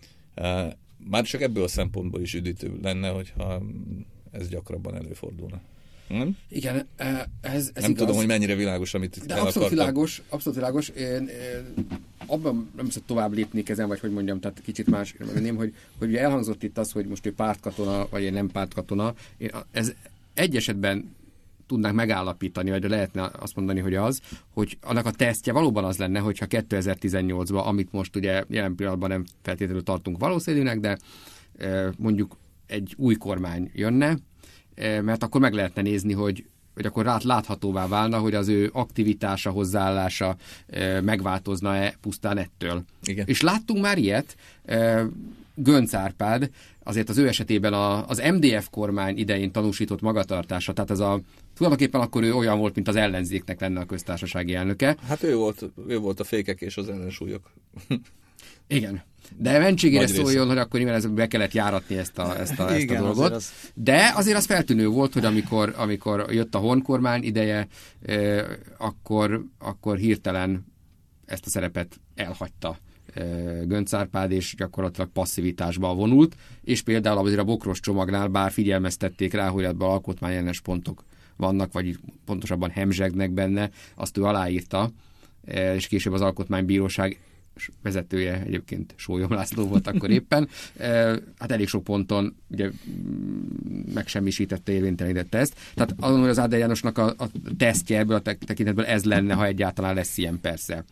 Már csak ebből a szempontból is üdítő lenne, hogyha ez gyakrabban előfordulna. Nem? Igen, ez, ez Nem igaz. tudom, hogy mennyire világos, amit de el abszolút akartam. világos, abszolút világos. Én, én abban nem szok tovább lépni ezen, vagy hogy mondjam, tehát kicsit más mondom, hogy, hogy ugye elhangzott itt az, hogy most ő pártkatona, vagy nem pártkatona. Én, ez egy esetben tudnánk megállapítani, vagy lehetne azt mondani, hogy az, hogy annak a tesztje valóban az lenne, hogyha kétezer-tizennyolcban, amit most ugye jelen pillanatban nem feltétlenül tartunk valószínűnek, de mondjuk egy új kormány jönne, mert akkor meg lehetne nézni, hogy, hogy akkor rát láthatóvá válna, hogy az ő aktivitása, hozzáállása megváltozna-e pusztán ettől. Igen. És láttunk már ilyet, Göncz Árpád, azért az ő esetében a, az em dé ef kormány idején tanúsított magatartása, tehát ez a, tulajdonképpen akkor ő olyan volt, mint az ellenzéknek lenne a köztársasági elnöke. Hát ő volt, ő volt a fékek és az ellensúlyok. Igen. De mentségére szóljon, hogy akkor nyilván be kellett járatni ezt a, ezt a, ezt Igen, a dolgot. azért az... De azért az feltűnő volt, hogy amikor, amikor jött a Horn kormány ideje, eh, akkor, akkor hirtelen ezt a szerepet elhagyta Göncz Árpád, és gyakorlatilag passzivitásba vonult, és például azért a bokros csomagnál, bár figyelmeztették rá, hogy abban alkotmányellenes pontok vannak, vagy pontosabban hemzsegnek benne, azt ő aláírta, és később az Alkotmánybíróság vezetője egyébként Sólyom László volt akkor éppen, hát elég sok ponton ugye megsemmisítette, érvénytelenítette ezt. Tehát azon, hogy az Áder Jánosnak a, a tesztje ebből a tekintetből ez lenne, ha egyáltalán lesz ilyen, persze.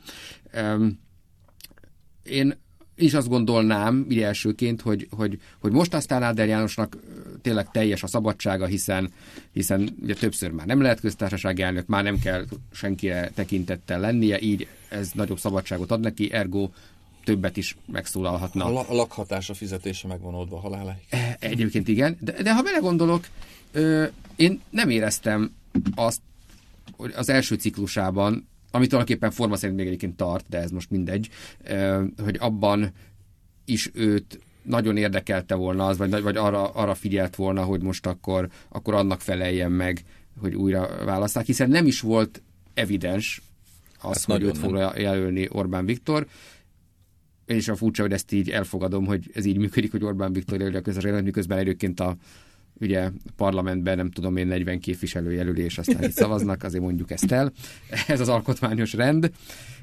Én is azt gondolnám, így elsőként, hogy, hogy, hogy most aztán Áder Jánosnak tényleg teljes a szabadsága, hiszen, hiszen ugye többször már nem lehet köztársasági elnök, már nem kell senkire tekintettel lennie, így ez nagyobb szabadságot ad neki, ergo többet is megszólalhatna. A, la- a lakhatás, a fizetése megvan oldva a haláláig. Egyébként igen, de, de ha belegondolok, ö, én nem éreztem azt, hogy az első ciklusában, ami tulajdonképpen forma szerint még egyébként tart, de ez most mindegy, hogy abban is őt nagyon érdekelte volna az, vagy, vagy arra, arra figyelt volna, hogy most akkor, akkor annak feleljen meg, hogy újra választák, hiszen nem is volt evidens az, hát hogy őt fogja jelölni Orbán Viktor, és a furcsa, hogy ezt így elfogadom, hogy ez így működik, hogy Orbán Viktor jelöli a közösséget, miközben egyébként a ugye parlamentben nem tudom én negyven képviselőjelölés, és aztán itt szavaznak, azért mondjuk ezt el. Ez az alkotmányos rend.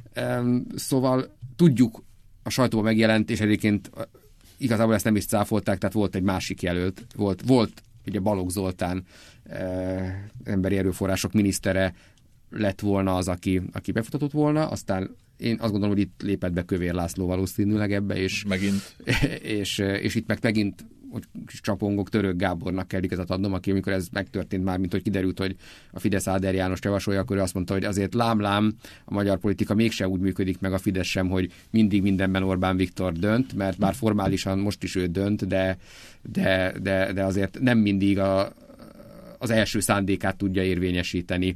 Szóval tudjuk, a sajtóban megjelent, és egyébként igazából ezt nem is cáfolták, tehát volt egy másik jelölt, volt, volt ugye Balogh Zoltán eh, emberi erőforrások minisztere lett volna az, aki, aki befutatott volna, aztán én azt gondolom, hogy itt lépett be Kövér László valószínűleg ebbe, és, megint. és, és itt meg megint hogy kis csapongok, Török Gábornak kell igazat adnom, aki amikor ez megtörtént már, mint hogy kiderült, hogy a Fidesz Áder János javasolja, akkor ő azt mondta, hogy azért lám-lám a magyar politika mégse úgy működik, meg a Fidesz sem, hogy mindig mindenben Orbán Viktor dönt, mert bár formálisan most is ő dönt, de, de, de, de azért nem mindig a, az első szándékát tudja érvényesíteni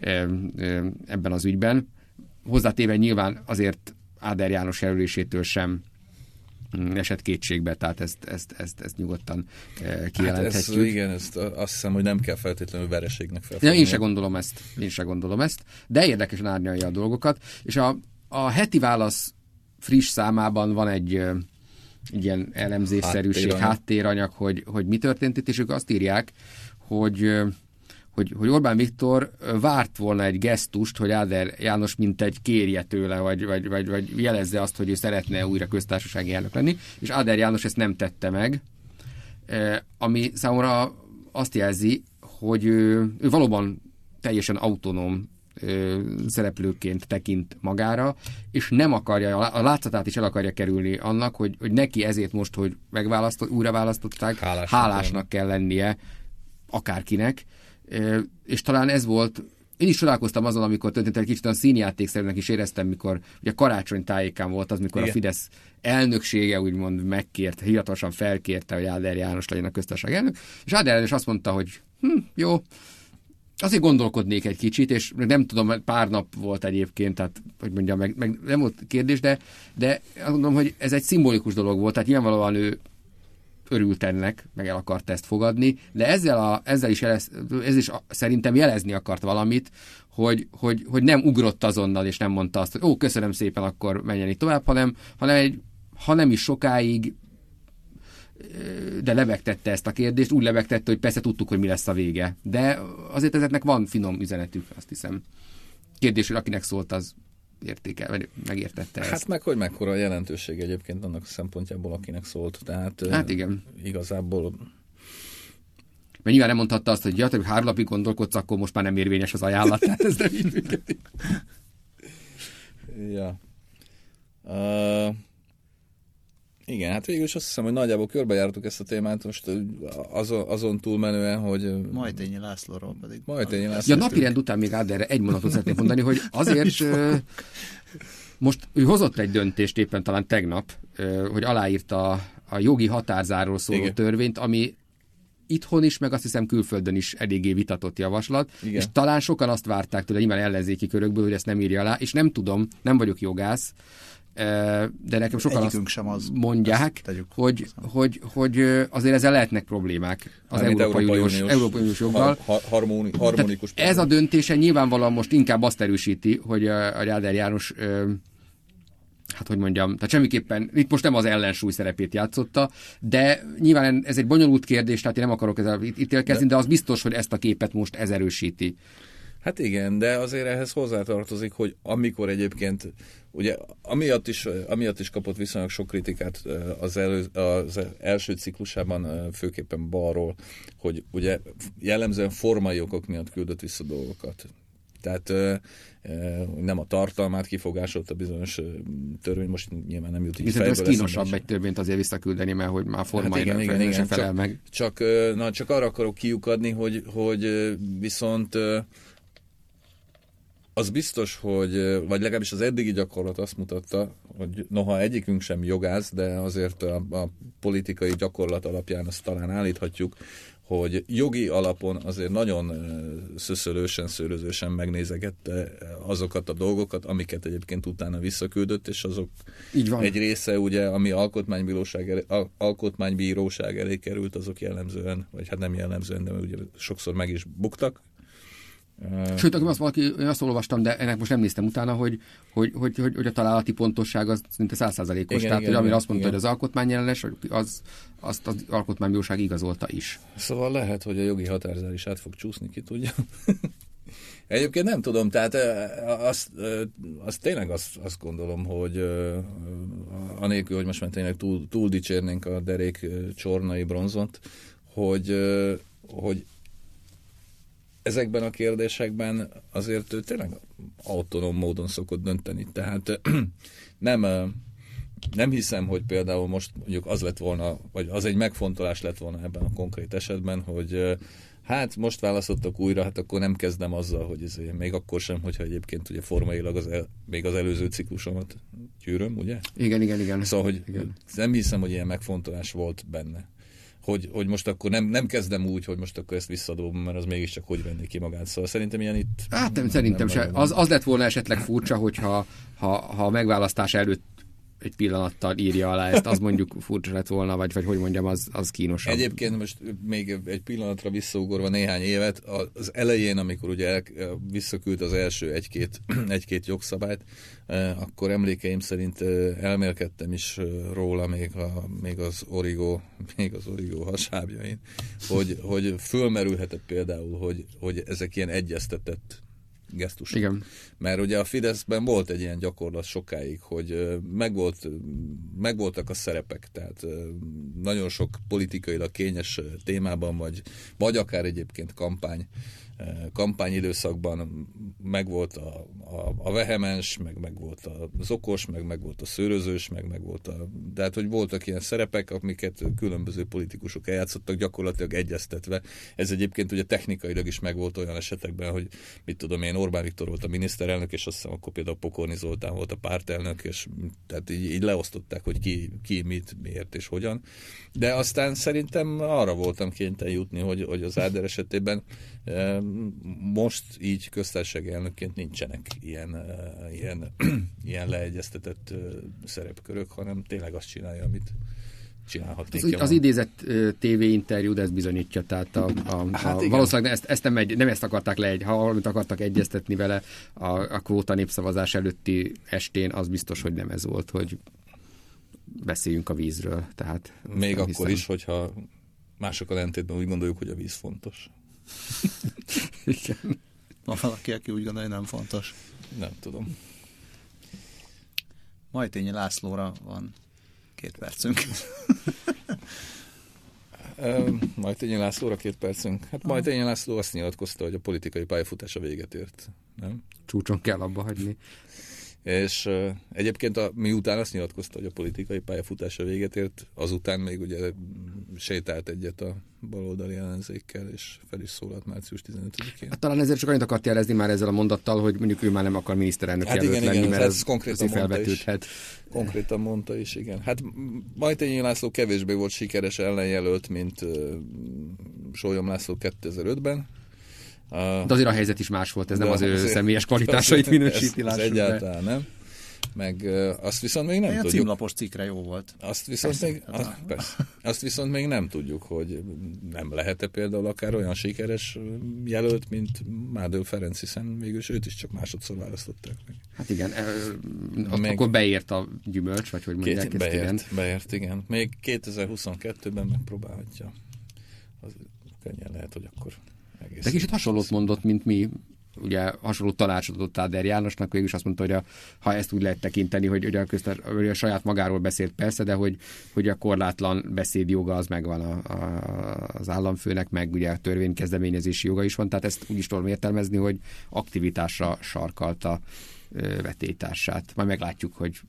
ebben az ügyben. Hozzátéve nyilván azért Áder János jelölésétől sem esett kétségbe, tehát ezt, ezt, ezt, ezt nyugodtan kijelenthetjük. Hát ez, igen, ezt azt hiszem, hogy nem kell feltétlenül vereségnek felfogni. Ja, én se gondolom ezt, én se gondolom ezt, de érdekesen árnyalja a dolgokat, és a, a heti válasz friss számában van egy, egy ilyen elemzésszerűség, háttéranyag, háttéranyag hogy, hogy mi történt itt, és ők azt írják, hogy Hogy, hogy Orbán Viktor várt volna egy gesztust, hogy Áder János mintegy kérje tőle, vagy, vagy, vagy, vagy jelezze azt, hogy ő szeretne újra köztársasági elnök lenni, és Áder János ezt nem tette meg, ami számomra azt jelzi, hogy ő, ő valóban teljesen autonóm szereplőként tekint magára, és nem akarja, a látszatát is el akarja kerülni annak, hogy, hogy neki ezért most, hogy megválasztott, újra választották, hálásnak, hálásnak kell lennie akárkinek, és talán ez volt, én is csodálkoztam azon, amikor történt, egy kicsit a színjátékszerűnek is éreztem, mikor ugye karácsony tájékán volt az, mikor igen, a Fidesz elnöksége úgymond megkért, hivatalosan felkérte, hogy Áder János legyen a köztársaság elnök, és Áder János azt mondta, hogy hm, jó, azért gondolkodnék egy kicsit, és nem tudom, pár nap volt egyébként, tehát, hogy mondjam, meg, meg nem volt kérdés, de, de azt mondom, hogy ez egy szimbolikus dolog volt, tehát nyilvánvalóan ő örült ennek, meg el akart ezt fogadni, de ezzel, a, ezzel is, jelez, ez is a, szerintem jelezni akart valamit, hogy, hogy, hogy nem ugrott azonnal, és nem mondta azt, hogy ó, köszönöm szépen, akkor menjen itt tovább, hanem, hanem egy, ha nem is sokáig, de lebegtette ezt a kérdést, úgy lebegtette, hogy persze tudtuk, hogy mi lesz a vége. De azért ezeknek van finom üzenetük, azt hiszem. Kérdés, hogy akinek szólt, az értékel, vagy megértette ezt. Hát meg, hogy mekkora a jelentőség egyébként annak szempontjából, akinek szólt. Tehát hát igen. Igazából... Mert nyilván nem mondhatta azt, hogy ja, te három napig gondolkodsz, akkor most már nem érvényes az ajánlat. Tehát ez nem így működik. Ja. Uh, igen, hát végül is azt hiszem, hogy nagyjából körbejártuk ezt a témát, most azon, azon túlmenően, hogy... Majtényi Lászlóról pedig. Majtényi László. Ja, napirend után még Áderre egy mondatot szeretném mondani, hogy azért most ő hozott egy döntést éppen talán tegnap, hogy aláírta a jogi határzáról szóló igen, törvényt, ami itthon is, meg azt hiszem külföldön is eléggé vitatott javaslat, igen, és talán sokan azt várták tőle, nyilván ellenzéki körökből, hogy ezt nem írja alá, és nem tudom, nem vagyok jogász, de nekem sokan Egyikünk azt sem az, mondják, hogy, hogy, hogy azért ezzel lehetnek problémák az Európai, Európai Uniós, Európai Uniós joggal. Har, harmoni, harmonikus ez a döntése nyilvánvalóan most inkább azt erősíti, hogy a, a Áder János, hát hogy mondjam, tehát semmiképpen, itt most nem az ellensúly szerepét játszotta, de nyilván ez egy bonyolult kérdés, tehát én nem akarok ezzel ítélkezni, de, de az biztos, hogy ezt a képet most ez erősíti. Hát igen, de azért ehhez hozzátartozik, hogy amikor egyébként, ugye amiatt is, amiatt is kapott viszonylag sok kritikát az, elő, az első ciklusában, főképpen balról, hogy ugye jellemzően formai okok miatt küldött vissza dolgokat. Tehát nem a tartalmát kifogásolta bizonyos törvény, most nyilván nem jut így fejből. Ez kínosabb egy törvényt azért visszaküldeni, mert hogy már formai hát igen, igen, igen, felel csak, meg. Csak, na, csak arra akarok kiukadni, hogy, hogy viszont az biztos, hogy, vagy legalábbis az eddigi gyakorlat azt mutatta, hogy noha egyikünk sem jogász, de azért a, a politikai gyakorlat alapján azt talán állíthatjuk, hogy jogi alapon azért nagyon szöszölősen, szőrözősen megnézegette azokat a dolgokat, amiket egyébként utána visszaküldött, és azok egy része, ugye, ami alkotmánybíróság elé, alkotmánybíróság elé került, azok jellemzően, vagy hát nem jellemzően, de ugye sokszor meg is buktak. Sőt, azt, valaki, én azt olvastam, de ennek most nem néztem utána, hogy, hogy, hogy, hogy, hogy a találati pontosság az szinte száz százalékos. Tehát, igen, hogy amire azt mondta, igen, hogy az alkotmányellenes, az, azt az alkotmánybíróság igazolta is. Szóval lehet, hogy a jogi határzár is át fog csúszni, ki tudja. Egyébként nem tudom, tehát azt, azt tényleg azt, azt gondolom, hogy anélkül, hogy most már tényleg túl, túl dicsérnénk a derék csornai bronzont, hogy, hogy ezekben a kérdésekben azért ő tényleg autonóm módon szokott dönteni. Tehát nem, nem hiszem, hogy például most mondjuk az lett volna, vagy az egy megfontolás lett volna ebben a konkrét esetben, hogy hát most választottak újra, hát akkor nem kezdem azzal, hogy ez, még akkor sem, hogyha egyébként ugye formailag az el, még az előző ciklusomat gyűröm, ugye? Igen, igen, igen. Szóval, hogy igen. Nem hiszem, hogy ilyen megfontolás volt benne. Hogy, hogy most akkor nem, nem kezdem úgy, hogy most akkor ezt visszadobom, mert az mégiscsak hogy venné ki magát. Szóval szerintem ilyen itt... Hát nem, szerintem nem se. Az, az lett volna esetleg furcsa, hogyha ha, ha a megválasztás előtt egy pillanattal írja alá ezt, az mondjuk furcsa lett volna, vagy, vagy hogy mondjam, az, az kínosabb. Egyébként most még egy pillanatra visszaugorva néhány évet, az elején, amikor ugye el, visszaküld az első egy-két, egy-két jogszabályt, akkor emlékeim szerint elmélkedtem is róla még, a, még az origó, még az origó hasábjain, hogy, hogy fölmerülhetett például, hogy, hogy ezek ilyen egyeztetett gesztusok. Igen. Mert ugye a Fideszben volt egy ilyen gyakorlat sokáig, hogy megvolt, megvoltak a szerepek, tehát nagyon sok politikailag kényes témában, vagy, vagy akár egyébként kampány, kampányidőszakban megvolt a, a, a vehemens, meg megvolt az okos, meg megvolt a szőrözős, meg megvolt a... Tehát, hogy voltak ilyen szerepek, amiket különböző politikusok eljátszottak gyakorlatilag egyeztetve. Ez egyébként ugye technikailag is megvolt olyan esetekben, hogy mit tudom én, Orbán Viktor volt a miniszterelnök, és azt hiszem akkor például Pokorni Zoltán volt a pártelnök, és tehát így, így leosztották, hogy ki, ki mit, miért és hogyan. De aztán szerintem arra voltam kénytelen jutni, hogy, hogy az Áder esetében most így köztársasági elnökként nincsenek ilyen, ilyen, ilyen leegyeztetett szerepkörök, hanem tényleg azt csinálja, amit csinálhatnék. Az, az idézett tévéinterjú, de ez bizonyítja, tehát a, a, hát a, valószínűleg ezt, ezt nem, egy, nem ezt akarták le, egy, ha valamit akartak egyeztetni vele a, a kvóta népszavazás előtti estén, az biztos, hogy nem ez volt, hogy beszéljünk a vízről. Tehát még akkor hiszem. Is, hogyha mások ellentétben úgy gondoljuk, hogy a víz fontos. Igen. Van valaki, aki úgy gondolja, hogy nem fontos. Nem tudom. Majtényi Lászlóra van két percünk. Majtényi Lászlóra két percünk. Hát Majtényi László azt nyilatkozta, hogy a politikai pályafutása véget ért. Nem? Csúcson kell abba hagyni. És uh, egyébként a, miután azt nyilatkozta, hogy a politikai pályafutása véget ért, azután még ugye sétált egyet a baloldali ellenzékkel, és fel is szólalt március tizenötödikén. Hát talán ezért csak annyit akart jelezni már ezzel a mondattal, hogy mondjuk ő már nem akar miniszterelnök hát jelölt igen, lenni, igen, mert ez, ez konkrétan felvetődhet. Konkrétan mondta is, igen. Hát Majtényi László kevésbé volt sikeres ellenjelölt, mint uh, Sólyom László kétezer-ötben. De azért a helyzet is más volt, ez nem az ő azért, személyes kvalitásait minősíti. Ez, ez egyáltalán nem. Meg uh, azt viszont még nem a tudjuk. A címlapos cikkre jó volt. Azt viszont, még, azt, persze, azt viszont még nem tudjuk, hogy nem lehet-e például akár olyan sikeres jelölt, mint Mádő Ferenc, hiszen végülis őt is csak másodszor választották meg. Hát igen, e, még akkor beért a gyümölcs, vagy hogy mondják két, ezt, beért, igen. Beért, igen. Még kétezer-huszonkettőben megpróbálhatja. Az könnyen lehet, hogy akkor egész. De kicsit hasonlót mondott, mint mi. Ugye hasonló tanácsot adott Áder Jánosnak, végül is azt mondta, hogy a, ha ezt úgy lehet tekinteni, hogy ugye a, köztár, a saját magáról beszélt persze, de hogy, hogy a korlátlan beszédjoga az megvan a, a, az államfőnek, meg ugye a törvénykezdeményezési joga is van, tehát ezt úgy is tudom értelmezni, hogy aktivitásra sarkalta ö, vetélytársát. Majd meglátjuk, hogy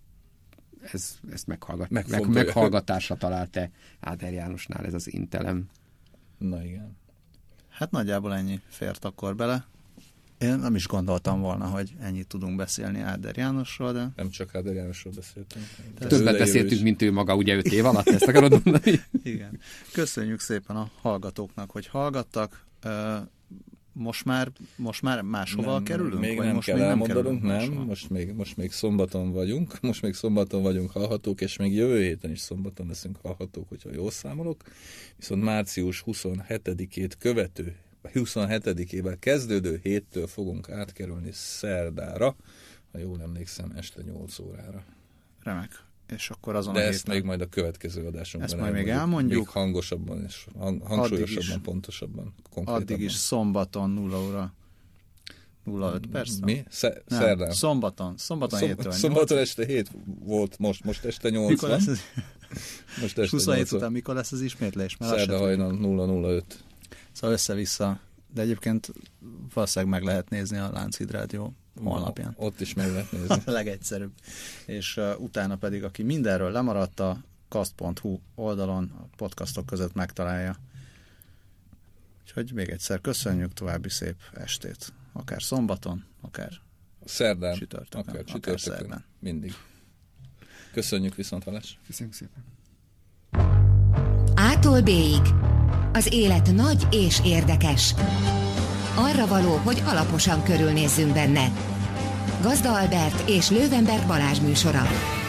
ez, ezt meghallgat, meg, meghallgatásra talált-e Áder Jánosnál ez az intelem. Na igen. Hát nagyjából ennyi fért akkor bele. Én nem is gondoltam volna, hogy ennyit tudunk beszélni Áder Jánosról, de... Nem csak Áder Jánosról beszéltünk. Többet beszéltünk, mint ő maga ugye öt év alatt, ezt akarod mondani? Igen. Köszönjük szépen a hallgatóknak, hogy hallgattak. Most már, most már máshova nem, kerülünk? Még vagy nem most kell még elmondanunk, nem, nem. Most, még, most még szombaton vagyunk, most még szombaton vagyunk hallhatók, és még jövő héten is szombaton leszünk hallhatók, hogyha jól számolok. Viszont március huszonhetedikét követő huszonhetedikével kezdődő héttől fogunk átkerülni szerdára, ha jól emlékszem, este nyolc órára. Remek. És akkor azon De a ezt héten... még majd a következő adásunkban ezt majd még elmondjuk. Még hangosabban és hang, hangsúlyosabban, is, pontosabban, konkrétabban. Addig is szombaton nulla óra nulla öt perc. Mi? Sze- szerdán. Szombaton. Szombaton Szom- héttől. Szombaton este hét volt, most, most este nyolc mikor van. Lesz ez? Most este huszonhét után mikor lesz az ismétlés? Szerda hajnal nulla nulla öt. Szóval össze-vissza. De egyébként valószínűleg meg lehet nézni a Lánchíd Rádió honlapján. Ott is meg lehet nézni. A legegyszerűbb. És uh, utána pedig, aki mindenről lemaradt, a kast pont hu oldalon a podcastok között megtalálja. Úgyhogy még egyszer köszönjük, további szép estét. Akár szombaton, akár szerdán, csütörtökön. Akár csütörtökön, akár szerdán. Mindig. Köszönjük, viszonthallásra. Köszönjük szépen. A-tól B-ig. Az élet nagy és érdekes. Arra való, hogy alaposan körülnézzünk benne. Gazda Albert és Lővenberg Balázs műsora.